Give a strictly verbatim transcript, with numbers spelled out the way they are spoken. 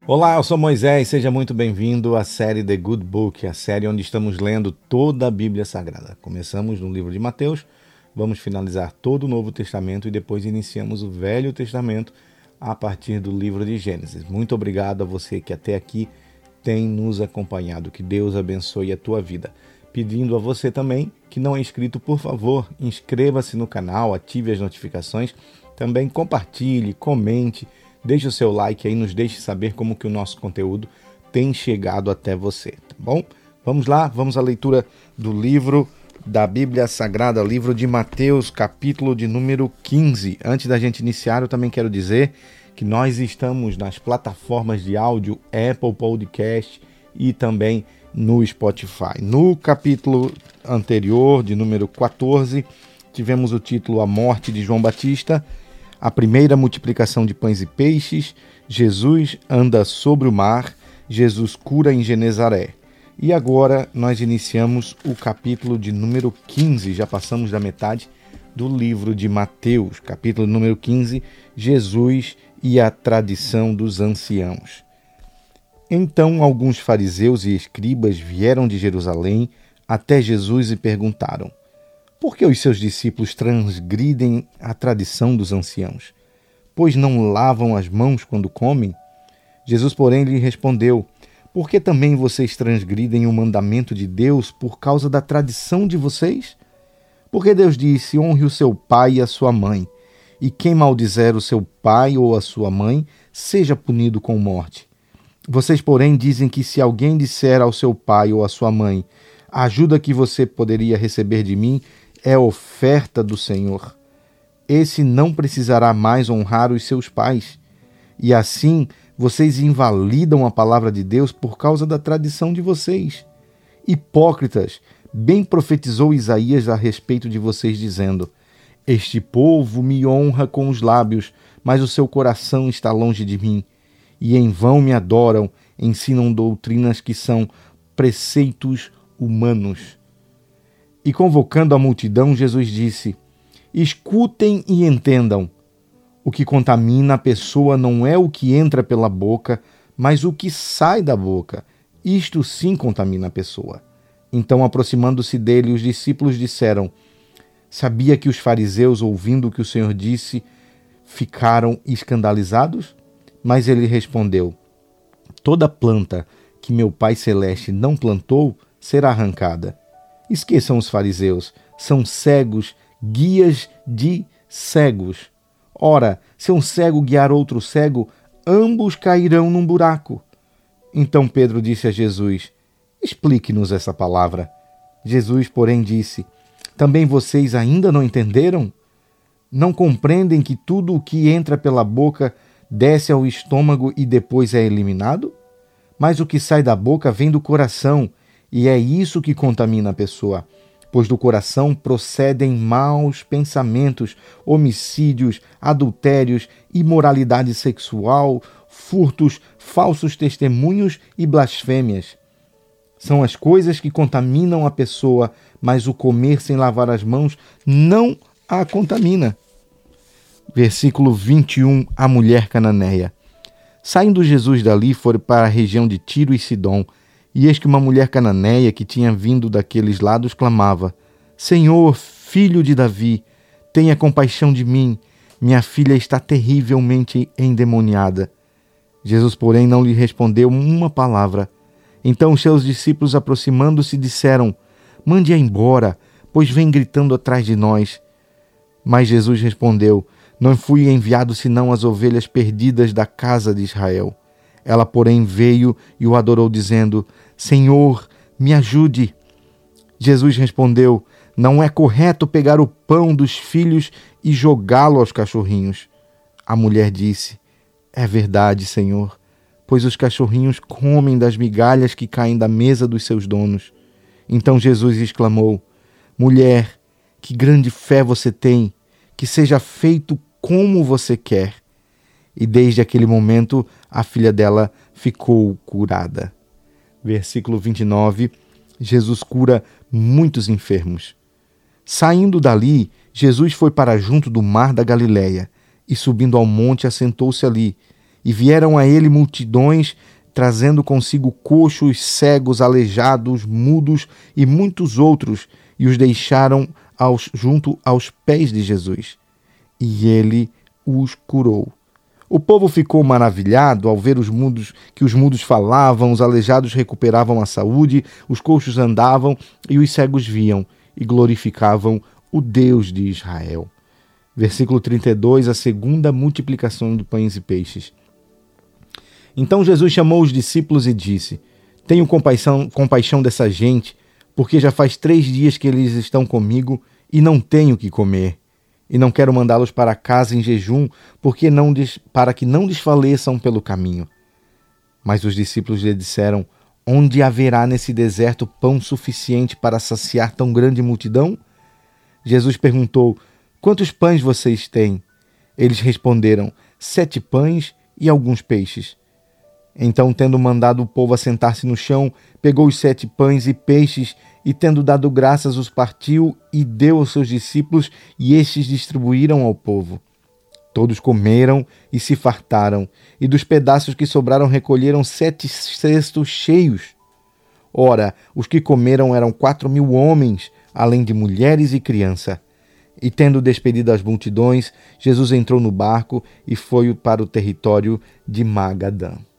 Olá, eu sou Moisés, seja muito bem-vindo à série The Good Book, a série onde estamos lendo toda a Bíblia Sagrada. Começamos no livro de Mateus, vamos finalizar todo o Novo Testamento e depois iniciamos o Velho Testamento a partir do livro de Gênesis. Muito obrigado a você que até aqui tem nos acompanhado, que Deus abençoe a tua vida. Pedindo a você também que não é inscrito, por favor, inscreva-se no canal, ative as notificações, também compartilhe, comente, deixe o seu like aí, nos deixe saber como que o nosso conteúdo tem chegado até você, tá bom? Vamos lá, vamos à leitura do livro da Bíblia Sagrada, livro de Mateus, capítulo de número quinze. Antes da gente iniciar, eu também quero dizer que nós estamos nas plataformas de áudio Apple Podcast e também no Spotify. No capítulo anterior, de número quatorze, tivemos o título A Morte de João Batista, a primeira multiplicação de pães e peixes, Jesus anda sobre o mar, Jesus cura em Genezaré. E agora nós iniciamos o capítulo de número quinze, já passamos da metade do livro de Mateus, capítulo número quinze, Jesus e a tradição dos anciãos. Então alguns fariseus e escribas vieram de Jerusalém até Jesus e perguntaram: por que os seus discípulos transgridem a tradição dos anciãos? Pois não lavam as mãos quando comem? Jesus, porém, lhe respondeu: por que também vocês transgridem o mandamento de Deus por causa da tradição de vocês? Porque Deus disse: honre o seu pai e a sua mãe, e quem maldizer o seu pai ou a sua mãe, seja punido com morte. Vocês, porém, dizem que se alguém disser ao seu pai ou à sua mãe: a ajuda que você poderia receber de mim é oferta do Senhor, esse não precisará mais honrar os seus pais. E assim vocês invalidam a palavra de Deus por causa da tradição de vocês. Hipócritas, bem profetizou Isaías a respeito de vocês, dizendo: este povo me honra com os lábios, mas o seu coração está longe de mim. E em vão me adoram, ensinam doutrinas que são preceitos humanos. E convocando a multidão, Jesus disse: escutem e entendam. O que contamina a pessoa não é o que entra pela boca, mas o que sai da boca. Isto sim contamina a pessoa. Então, aproximando-se dele, os discípulos disseram: sabia que os fariseus, ouvindo o que o Senhor disse, ficaram escandalizados? Mas ele respondeu: toda planta que meu Pai Celeste não plantou será arrancada. Esqueçam os fariseus, são cegos, guias de cegos. Ora, se um cego guiar outro cego, ambos cairão num buraco. Então Pedro disse a Jesus: explique-nos essa palavra. Jesus, porém, disse: também vocês ainda não entenderam? Não compreendem que tudo o que entra pela boca desce ao estômago e depois é eliminado? Mas o que sai da boca vem do coração, e é isso que contamina a pessoa, pois do coração procedem maus pensamentos, homicídios, adultérios, imoralidade sexual, furtos, falsos testemunhos e blasfêmias. São as coisas que contaminam a pessoa, mas o comer sem lavar as mãos não a contamina. Versículo vinte e um, a mulher cananeia. Saindo Jesus dali, foi para a região de Tiro e Sidom, e eis que uma mulher cananeia que tinha vindo daqueles lados clamava: Senhor, filho de Davi, tenha compaixão de mim, minha filha está terrivelmente endemoniada. Jesus, porém, não lhe respondeu uma palavra. Então os seus discípulos, aproximando-se, disseram: mande-a embora, pois vem gritando atrás de nós. Mas Jesus respondeu: não fui enviado senão às ovelhas perdidas da casa de Israel. Ela, porém, veio e o adorou, dizendo: Senhor, me ajude. Jesus respondeu: não é correto pegar o pão dos filhos e jogá-lo aos cachorrinhos. A mulher disse: é verdade, Senhor, pois os cachorrinhos comem das migalhas que caem da mesa dos seus donos. Então Jesus exclamou: mulher, que grande fé você tem, que seja feito como você quer. E desde aquele momento a filha dela ficou curada. Versículo vinte e nove, Jesus cura muitos enfermos. Saindo dali, Jesus foi para junto do mar da Galileia, e subindo ao monte assentou-se ali, E vieram a ele multidões, trazendo consigo coxos, cegos, aleijados, mudos e muitos outros, e os deixaram aos, junto aos pés de Jesus. E ele os curou. O povo ficou maravilhado ao ver os mudos, que os mudos falavam, os aleijados recuperavam a saúde, os coxos andavam e os cegos viam, e glorificavam o Deus de Israel. Versículo trinta e dois, a segunda multiplicação de pães e peixes. Então Jesus chamou os discípulos e disse: Tenho compaixão, compaixão dessa gente, porque já faz três dias que eles estão comigo e não tenho o que comer. E não quero mandá-los para casa em jejum, porque não des... para que não desfaleçam pelo caminho. Mas os discípulos lhe disseram: Onde haverá nesse deserto pão suficiente para saciar tão grande multidão? Jesus perguntou: Quantos pães vocês têm? Eles responderam: Sete pães e alguns peixes. Então, tendo mandado o povo assentar-se no chão, pegou os sete pães e peixes, e tendo dado graças, os partiu e deu aos seus discípulos, e estes distribuíram ao povo. Todos comeram e se fartaram, e dos pedaços que sobraram recolheram sete cestos cheios. Ora, os que comeram eram quatro mil homens, além de mulheres e criança. E tendo despedido as multidões, Jesus entrou no barco e foi para o território de Magadã.